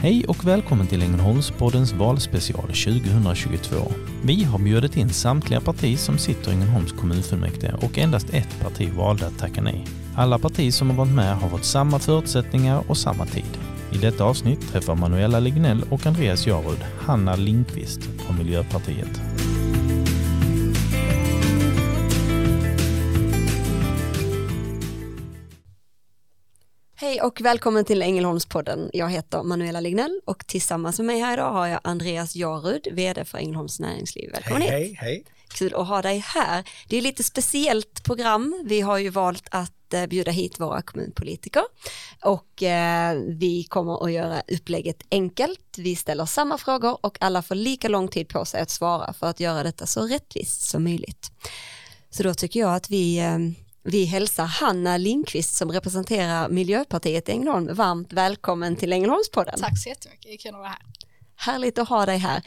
Hej och välkommen till Ängelholmspoddens valspecial 2022. Vi har bjudit in samtliga partier som sitter i Ängelholms kommunfullmäktige och endast ett parti valde att tacka nej. Alla partier som har varit med har fått samma förutsättningar och samma tid. I detta avsnitt träffar Manuela Lignell och Andreas Jarud Hanna Lindqvist från Miljöpartiet. Hej och välkommen till Ängelholmspodden. Jag heter Manuela Lignell och tillsammans med mig här idag har jag Andreas Jarud, vd för Ängelholms näringsliv. Välkommen hit. Hej. Kul att ha dig här. Det är ett lite speciellt program. Vi har ju valt att bjuda hit våra kommunpolitiker och vi kommer att göra upplägget enkelt. Vi ställer samma frågor och alla får lika lång tid på sig att svara för att göra detta så rättvist som möjligt. Så då tycker jag att vi hälsar Hanna Lindqvist som representerar Miljöpartiet i Ängelholm. Varmt välkommen till Ängelholmspodden. Tack så jättemycket, det är kul att vara här. Härligt att ha dig här.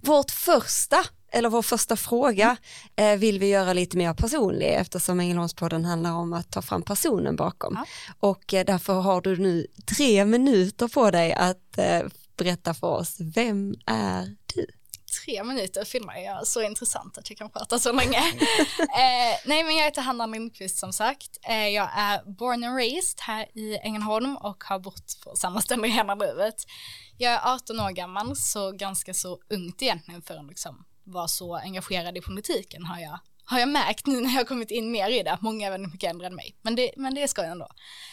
Vår första fråga vill vi göra lite mer personlig eftersom Ängelholmspodden handlar om att ta fram personen bakom. Ja. Och därför har du nu 3 minuter på dig att berätta för oss, vem är du? 3 minuter filmar jag, så intressant att jag kan prata så länge. Nej, men jag heter Hanna Lindqvist som sagt. Jag är born and raised här i Ängelholm och har bott på samma ställe hela livet. Jag är 18 år gammal, så ganska så ungt egentligen för att liksom vara så engagerad i politiken har jag märkt nu när jag har kommit in mer i det. Många är väldigt mycket äldre än mig, men det ska jag ändå.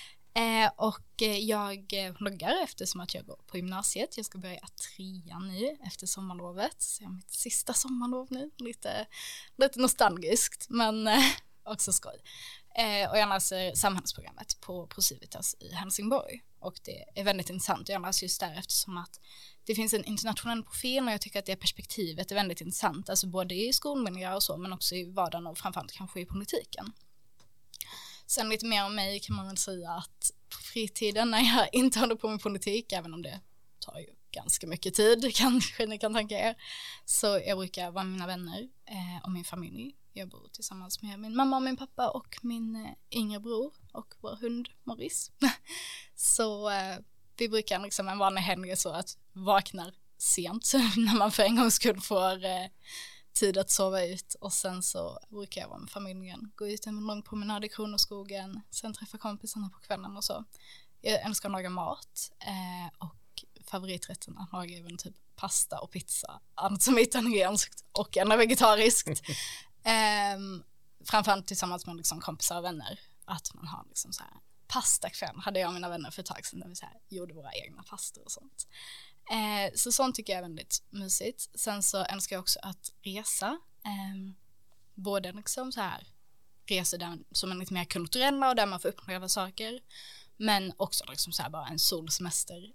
Och jag pluggar eftersom att jag går på gymnasiet. Jag ska börja 3:an nu efter sommarlovet. Så jag har mitt sista sommarlov nu. Lite nostalgiskt, men också skoj. Och jag läser samhällsprogrammet på Civitas i Helsingborg. Och det är väldigt intressant. Jag läser just där eftersom att det finns en internationell profil och jag tycker att det perspektivet är väldigt intressant. Alltså både i skolmiljö och så, men också i vardagen och framförallt kanske i politiken. Sen lite mer om mig kan man väl säga att på fritiden när jag inte håller på med politik, även om det tar ju ganska mycket tid, kanske ni kan tänka er, så jag brukar vara med mina vänner och min familj. Jag bor tillsammans med min mamma och min pappa och min yngre bror och vår hund Morris. Så vi brukar liksom en vanlig helg så att vaknar sent när man för en gångs skull får tid att sova ut, och sen så brukar jag vara med familjen, gå ut en lång promenad i Kronoskogen, sen träffa kompisarna på kvällen och så. Jag älskar att laga mat och favoriträtten att laga även typ pasta och pizza, allt som är italienskt och ändå vegetariskt. Framförallt tillsammans med liksom kompisar och vänner, att man har liksom så här pastakväll hade jag och mina vänner för ett tag sedan där vi så här gjorde våra egna pastor och sånt. Så sånt tycker jag är väldigt mysigt. Sen så älskar jag också att resa. Både liksom så här resor där, som är lite mer kulturella och där man får uppleva saker. Men också liksom så här bara en solsemester.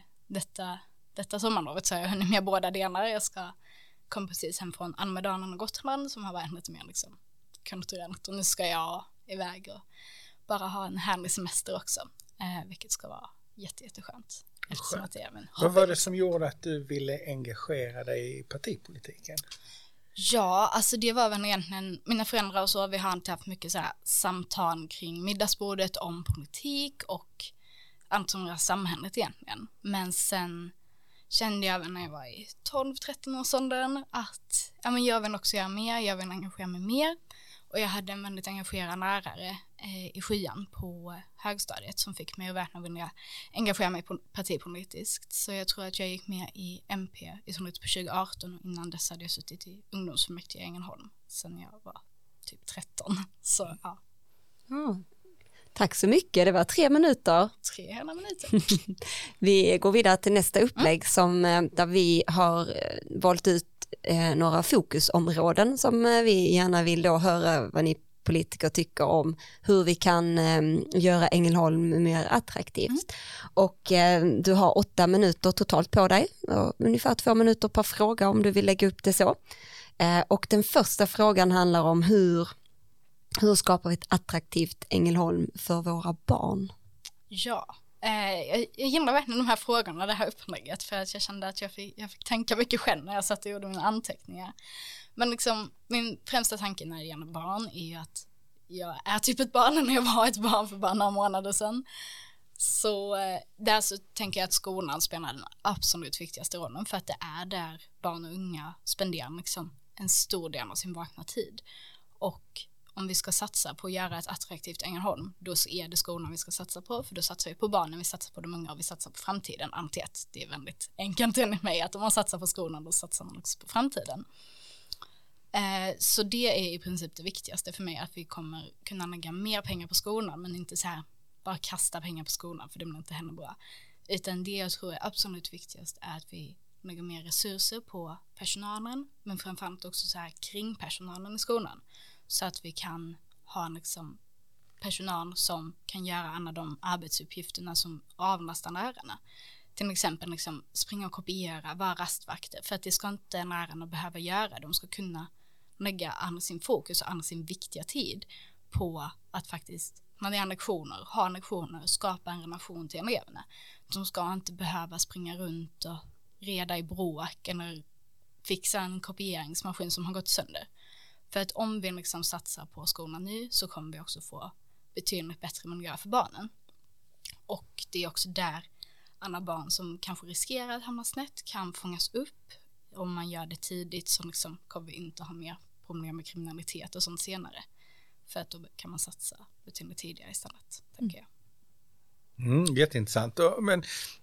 Detta sommarlovet så har jag hunnit med båda delar. Jag kom precis hem från Almedalen och Gotland som har varit lite mer liksom kulturellt. Och nu ska jag iväg och bara ha en härlig semester också. Vilket ska vara jätteskönt. Vad var det som gjorde att du ville engagera dig i partipolitiken? Ja, alltså det var väl egentligen mina föräldrar och så. Vi har inte haft mycket så här samtal kring middagsbordet om politik och allt som rör samhället egentligen. Men sen kände jag väl när jag var i 12-13 års åldern att jag vill också göra mer, jag vill engagera mig mer. Och jag hade en väldigt engagerad lärare i skyan på högstadiet som fick mig att verkligen vilja engagera mig partipolitiskt. Så jag tror att jag gick med i MP i slutet på 2018 och innan dess hade jag suttit i ungdomsfullmäktige i Ängelholm sen jag var typ 13. Så ja. Tack så mycket, det var 3 minuter. 3 hela minuter. Vi går vidare till nästa upplägg där vi har valt ut några fokusområden som vi gärna vill då höra vad ni politiker tycker om hur vi kan göra Ängelholm mer attraktivt. Och du har 8 minuter totalt på dig, ungefär 2 minuter per fråga om du vill lägga upp det så. Och den första frågan handlar om hur skapar vi ett attraktivt Ängelholm för våra barn? Ja, jag gillar verkligen de här frågorna, det här upplägget, för att jag kände att jag fick tänka mycket själv när jag satt och gjorde mina anteckningar. Men liksom, min främsta tanke när det gäller barn är ju att jag är typ ett barn när jag var ett barn för bara några månader sedan. Så där så tänker jag att skolan spelar den absolut viktigaste rollen, för att det är där barn och unga spenderar liksom en stor del av sin vakna tid. Och om vi ska satsa på att göra ett attraktivt Ängelholm, då så är det skolan vi ska satsa på, för då satsar vi på barnen, vi satsar på de unga och vi satsar på framtiden. Antet, det är väldigt enkelt enligt mig att om man satsar på skolan, då satsar man också på framtiden. Så det är i princip det viktigaste för mig, att vi kommer kunna lägga mer pengar på skolan, men inte så här bara kasta pengar på skolan, för det blir inte heller bra. Utan det jag tror är absolut viktigast är att vi lägger mer resurser på personalen, men framförallt också så här kring personalen i skolan, så att vi kan ha liksom personal som kan göra alla de arbetsuppgifterna som avlastar lärarna. Till exempel liksom springa och kopiera, vara rastvakter, för att det ska inte lärarna behöva göra. De ska kunna lägga all sin fokus och all sin viktiga tid på att faktiskt, när det är lektioner, ha lektioner, skapa en relation till eleverna. De ska inte behöva springa runt och reda i bråk eller fixa en kopieringsmaskin som har gått sönder. För att om vi liksom satsar på skolan nu, så kommer vi också få betydligt bättre miljö för barnen. Och det är också där alla barn som kanske riskerar att hamna snett kan fångas upp. Om man gör det tidigt, så liksom kommer vi inte ha mer problem med kriminalitet och sånt senare. För att då kan man satsa betydligt tidigare istället, tänker jag. Jätteintressant. Men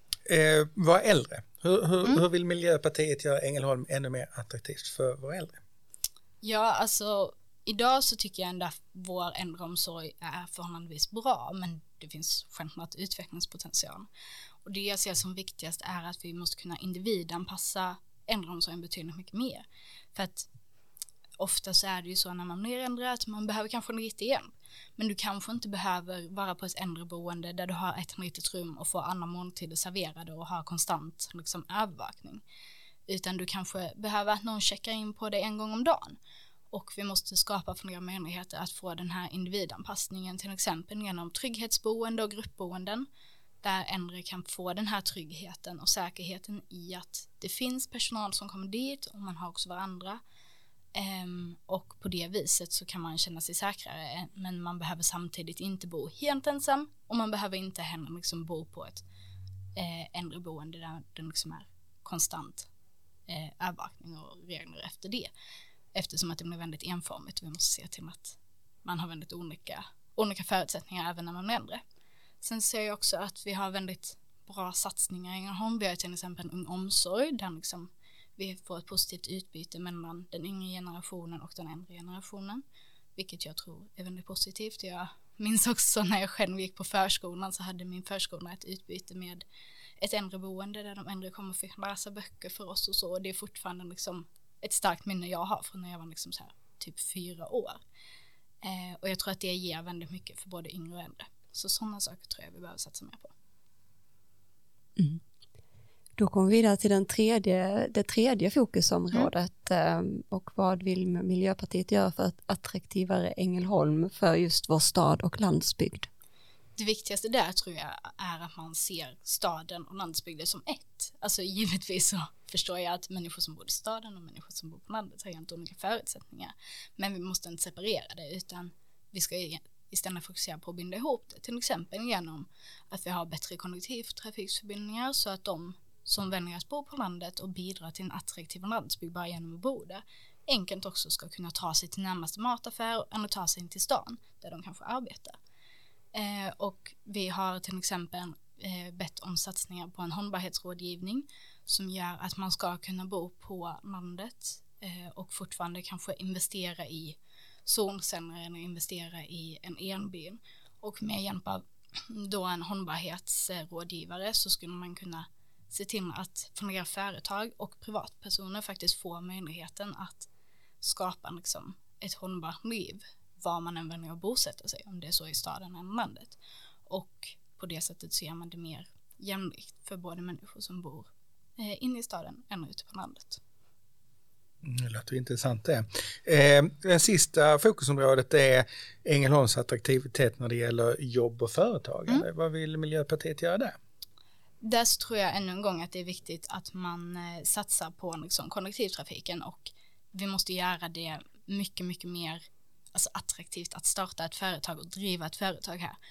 våra äldre, hur vill Miljöpartiet göra Ängelholm ännu mer attraktivt för våra äldre? Ja, alltså idag så tycker jag ändå att vår äldreomsorg är förhållandevis bra, men det finns självklart utvecklingspotential. Och det jag ser som viktigast är att vi måste kunna individanpassa äldreomsorgen betydligt mycket mer. För att ofta så är det ju så när man blir äldre att man behöver kanske lite hjälp. Men du kanske inte behöver vara på ett äldreboende där du har ett litet rum och får alla måltider serverade och har konstant liksom övervakning. Utan du kanske behöver att någon checkar in på dig en gång om dagen. Och vi måste skapa fler möjligheter att få den här individanpassningen, till exempel genom trygghetsboende och gruppboenden, där äldre kan få den här tryggheten och säkerheten i att det finns personal som kommer dit och man har också varandra. Och på det viset så kan man känna sig säkrare, men man behöver samtidigt inte bo helt ensam, och man behöver inte heller liksom bo på ett äldreboende där det liksom är konstant övervakning och regler efter det, eftersom att det blir väldigt enformigt. Vi måste se till att man har väldigt olika förutsättningar även när man är äldre. Sen ser jag också att vi har väldigt bra satsningar i Ängelholm. Vi har till exempel en ung omsorg där liksom vi får ett positivt utbyte mellan den yngre generationen och den äldre generationen, vilket jag tror är väldigt positivt. Jag minns också när jag själv gick på förskolan, så hade min förskola ett utbyte med ett äldreboende där de äldre kommer att läsa böcker för oss och så. Och det är fortfarande liksom ett starkt minne jag har från när jag var liksom så här, typ 4 år. Och jag tror att det ger väldigt mycket för både yngre och äldre. Så sådana saker tror jag vi behöver satsa mer på. Mm. Då kommer vi vidare till det tredje fokusområdet. Och vad vill Miljöpartiet göra för ett attraktivare Ängelholm för just vår stad och landsbygd? Det viktigaste där tror jag är att man ser staden och landsbygden som ett. Alltså givetvis så förstår jag att människor som bor i staden och människor som bor på landet har helt olika förutsättningar. Men vi måste inte separera det, utan vi ska istället fokusera på att binda ihop det. Till exempel genom att vi har bättre kollektivtrafiksförbindningar, så att de som väljer att bo på landet och bidra till en attraktiv landsbygd bara genom att bo där enkelt också ska kunna ta sig till närmaste mataffär eller ta sig in till stan där de kanske arbetar. Och vi har till exempel bett om satsningar på en hållbarhetsrådgivning som gör att man ska kunna bo på landet och fortfarande kanske investera i solceller eller investera i en elbil. Och med hjälp av då en hållbarhetsrådgivare så skulle man kunna se till att fler företag och privatpersoner faktiskt får möjligheten att skapa liksom ett hållbart liv var man än väljer att bosätta sig, om det är så i staden eller landet. Och på det sättet så gör man det mer jämlikt för både människor som bor inne i staden eller ute på landet. Det låter intressant det. Det sista fokusområdet är Ängelholms attraktivitet när det gäller jobb och företagande. Vad vill Miljöpartiet göra där? Där tror jag ännu en gång att det är viktigt att man satsar på liksom kollektivtrafiken, och vi måste göra det mycket, mycket mer attraktivt att starta ett företag och driva ett företag här.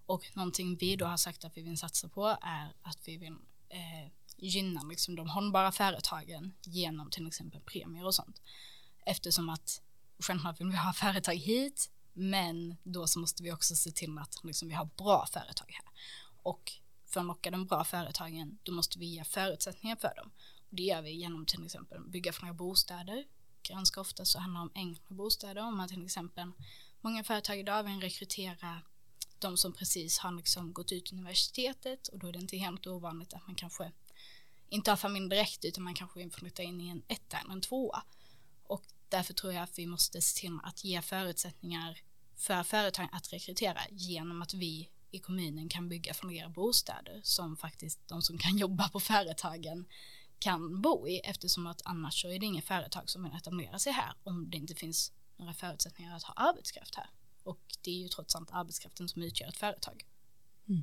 Och någonting vi då har sagt att vi vill satsa på är att vi vill gynna liksom de hållbara företagen genom till exempel premier och sånt. Eftersom att självklart vill vi ha företag hit, men då så måste vi också se till att liksom vi har bra företag här. Och för att locka de bra företagen, då måste vi ge förutsättningar för dem. Och det gör vi genom till exempel bygga fler bostäder. Ganska ofta så handlar det om enkla bostäder. Om man till exempel, många företag idag vill rekrytera de som precis har liksom gått ut universitetet, och då är det inte helt ovanligt att man kanske inte har familj direkt, utan man kanske vill flytta in i en 1 eller en 2. Och därför tror jag att vi måste se till att ge förutsättningar för företag att rekrytera genom att vi i kommunen kan bygga fler bostäder som faktiskt de som kan jobba på företagen kan bo i, eftersom att annars så är det inga företag som vill etablera sig här om det inte finns några förutsättningar att ha arbetskraft här. Och det är ju trots allt arbetskraften som utgör ett företag. Mm.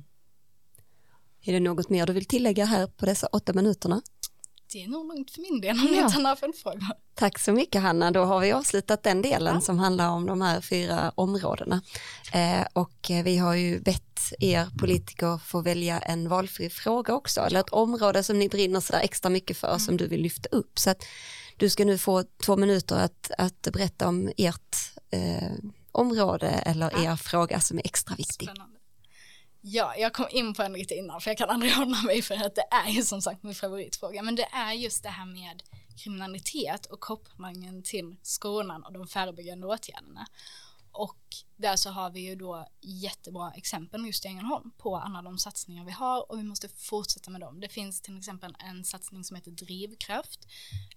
Är det något mer du vill tillägga här på dessa 8 minuterna? Det är nog lugnt för min del om ni inte har några följdfrågor. Tack så mycket Hanna, då har vi avslutat den delen som handlar om de här 4 områdena. Och vi har ju bett er politiker få välja en valfri fråga också, eller ett område som ni brinner så där extra mycket för som du vill lyfta upp. Så att du ska nu få 2 minuter att berätta om ert område eller er fråga som är extra viktig. Spännande. Ja, jag kom in på en lite innan för jag kan aldrig hålla mig för att det är ju som sagt min favoritfråga. Men det är just det här med kriminalitet och kopplingen till skolan och de förebyggande åtgärderna. Och där så har vi ju då jättebra exempel just i Ängelholm på alla de satsningar vi har, och vi måste fortsätta med dem. Det finns till exempel en satsning som heter Drivkraft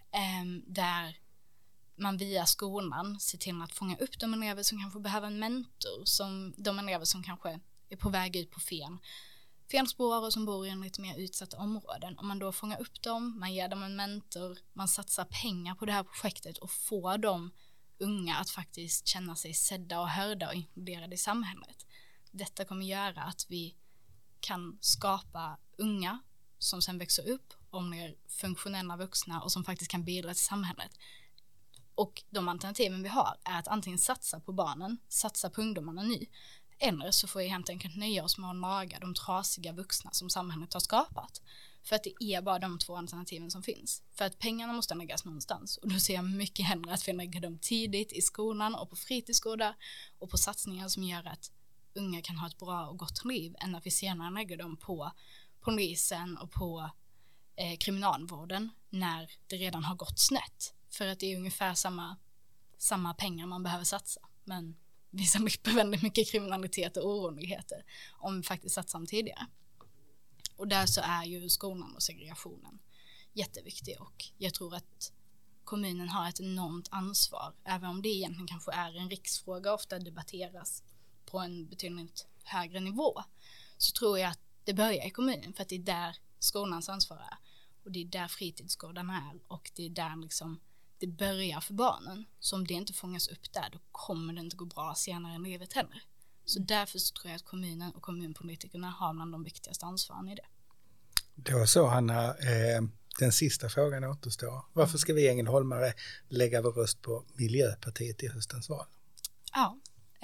där man via skolan ser till att fånga upp de elever som kanske behöver en mentor, som de elever som kanske är på väg ut på fel spår och som bor i en lite mer utsatta områden. Om man då fångar upp dem, man ger dem en mentor, man satsar pengar på det här projektet och får de unga att faktiskt känna sig sedda och hörda och inkluderade i samhället. Detta kommer göra att vi kan skapa unga som sen växer upp och blir funktionella vuxna och som faktiskt kan bidra till samhället. Och de alternativen vi har är att antingen satsa på barnen, satsa på ungdomarna nu, eller så får vi helt enkelt nöja oss med att laga de trasiga vuxna som samhället har skapat. För att det är bara de 2 alternativen som finns. För att pengarna måste läggas någonstans. Och då ser jag mycket hellre att vi lägger dem tidigt i skolan och på fritidsgårdar och på satsningar som gör att unga kan ha ett bra och gott liv, än att vi senare lägger dem på polisen och på kriminalvården när det redan har gått snett. För att det är ungefär samma pengar man behöver satsa. Men vi slipper väldigt mycket kriminalitet och oroligheter om vi faktiskt satsar tidigare. Och där så är ju skolan och segregationen jätteviktig, och jag tror att kommunen har ett enormt ansvar, även om det egentligen kanske är en riksfråga, ofta debatteras på en betydligt högre nivå, så tror jag att det börjar i kommunen, för att det är där skolans ansvar är, och det är där fritidsgårdarna är, och det är där liksom det börjar för barnen. Så om det inte fångas upp där, då kommer det inte gå bra senare i livet heller. Så därför så tror jag att kommunen och kommunpolitikerna har bland de viktigaste ansvaren i det. Då så Hanna, den sista frågan återstår. Varför ska vi ängelholmare lägga vår röst på Miljöpartiet i höstens val? Ja,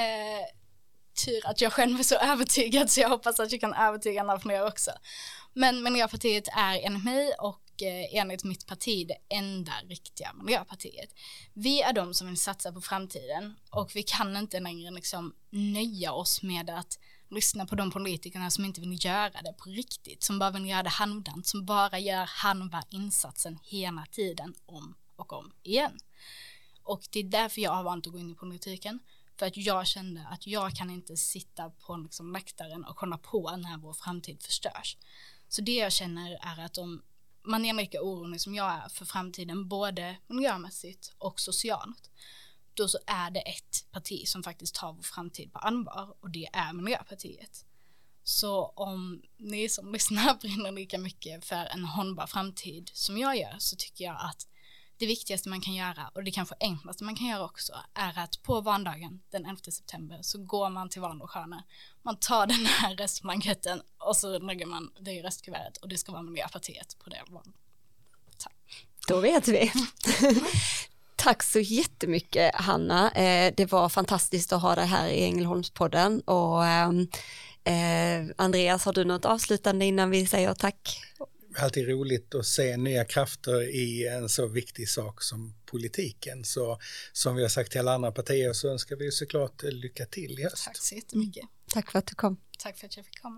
tur att jag själv är så övertygad, så jag hoppas att jag kan övertyga några fler också. Men Miljöpartiet är enligt mig och enligt mitt parti det enda riktiga Miljöpartiet. Vi är de som vill satsa på framtiden, och vi kan inte längre liksom nöja oss med att lyssna på de politikerna som inte vill göra det på riktigt, som bara vill göra det halvdant, som bara gör halva insatsen hela tiden om och om igen. Och det är därför jag har valt att gå in i politiken, för att jag kände att jag kan inte sitta på liksom läktaren och kolla på när vår framtid förstörs. Så det jag känner är att om man är lika orolig som jag är för framtiden, både miljömässigt och socialt, då så är det ett parti som faktiskt tar vår framtid på allvar, och det är Miljöpartiet. Så om ni som lyssnar brinner lika mycket för en hållbar framtid som jag gör, så tycker jag att det viktigaste man kan göra, och det kanske enklaste man kan göra också, är att på valdagen den 11 september så går man till vallokalen, man tar den här röstblanketten och så lägger man det i röstkuvertet, och det ska vara Miljöpartiet på det valet. Då vet vi. Tack så jättemycket Hanna. Det var fantastiskt att ha dig här i Ängelholmspodden och Andreas, har du något avslutande innan vi säger tack? Alltid roligt att se nya krafter i en så viktig sak som politiken. Så som vi har sagt till alla andra partier så önskar vi såklart lycka till i höst. Tack så jättemycket. Tack för att du kom. Tack för att jag fick komma.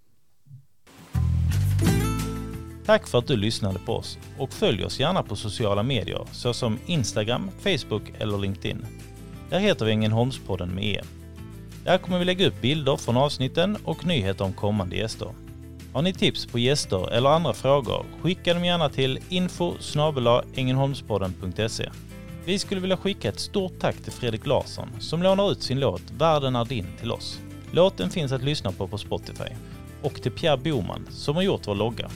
Tack för att du lyssnade på oss och följ oss gärna på sociala medier såsom Instagram, Facebook eller LinkedIn. Där heter vi Ängelholmspodden med E. Där kommer vi lägga upp bilder från avsnitten och nyheter om kommande gäster. Har ni tips på gäster eller andra frågor, skicka dem gärna till info@ängelholmspodden.se. Vi skulle vilja skicka ett stort tack till Fredrik Larsson som lånar ut sin låt Världen är din till oss. Låten finns att lyssna på Spotify. Och till Pierre Boman som har gjort vår logga.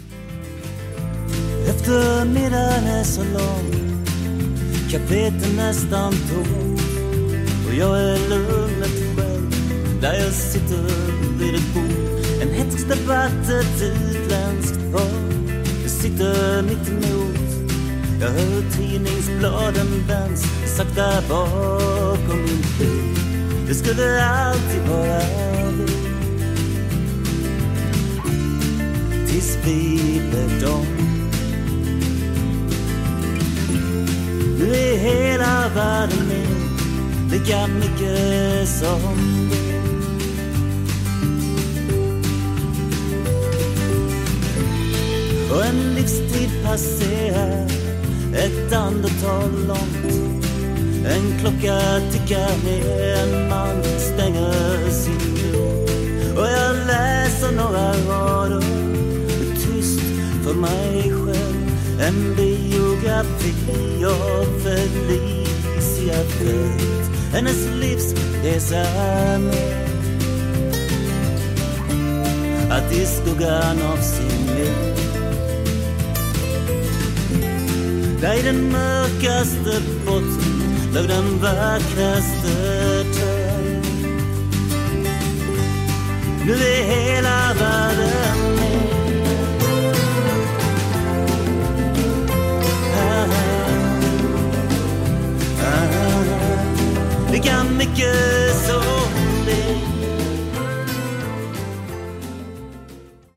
Eftermiddagen är så lång, kaféet är nästan tomt och jag är lugnet själv där jag sitter vid ett bord. En hätsk debatt, ett utländskt par, jag sitter mitt emot. Jag hör tidningsbladen vänds sakta bakom min bil. Det skulle alltid vara vi tills vi blev dom. Nu är hela världen min, lika mycket som du. Och en livstid passerar, ett andetag långt. En klocka tickar ner, en man stänger sin dörr. Och jag läser några rader, tyst för mig själv. En biografi av Felicia Fält, hennes livsresa med. Att i skuggan av sin liv, där i den mörkaste botten låg den vackraste törn. Nu är hela världen med. Lika mycket så